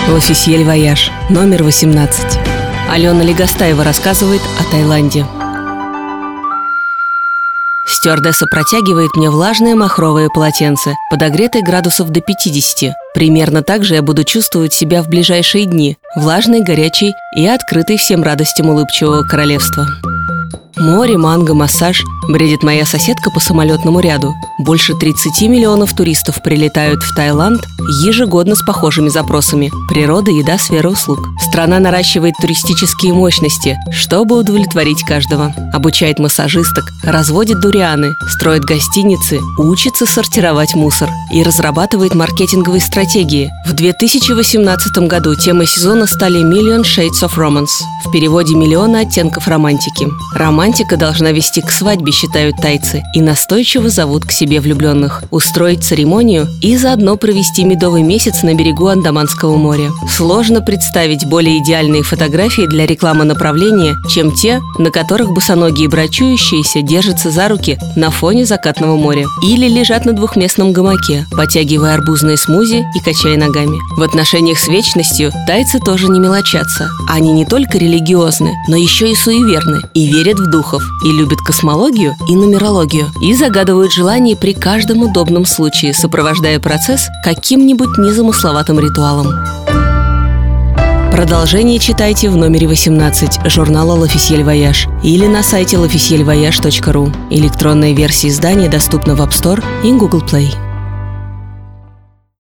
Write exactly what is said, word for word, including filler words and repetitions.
L'Officiel Voyage, номер восемнадцать. Алена Легостаева рассказывает о Таиланде. Стюардесса протягивает мне влажное махровое полотенце, подогретое градусов до пятидесяти. Примерно так же я буду чувствовать себя в ближайшие дни, влажной, горячей и открытой всем радостям улыбчивого королевства. Море, манго, массаж, бредит моя соседка по самолетному ряду. Больше тридцати миллионов туристов прилетают в Таиланд ежегодно с похожими запросами: природа, еда, сфера услуг. Страна наращивает туристические мощности, чтобы удовлетворить каждого. Обучает массажисток, разводит дурианы, строит гостиницы, учится сортировать мусор и разрабатывает маркетинговые стратегии. В две тысячи восемнадцатом году темой сезона стали Million Shades of Romance, в переводе «Миллионы оттенков романтики». Романтика должна вести к свадьбе, считают тайцы, и настойчиво зовут к себе влюбленных, устроить церемонию и заодно провести медовый месяц на берегу Андаманского моря. Сложно представить более идеальные фотографии для рекламы направления, чем те, на которых босоногие брачующиеся держатся за руки на фоне закатного моря или лежат на двухместном гамаке, потягивая арбузные смузи и качая ногами. В отношениях с вечностью тайцы тоже не мелочатся. Они не только религиозны, но еще и суеверны, и верят в духов, и любят космологию и нумерологию, и загадывают желания при каждом удобном случае, сопровождая процесс каким-нибудь незамысловатым ритуалом. Продолжение читайте в номере восемнадцать журнала L'Officiel Voyage или на сайте лофисель вояж точка ру. Электронная версия издания доступна в App Store и Google Play.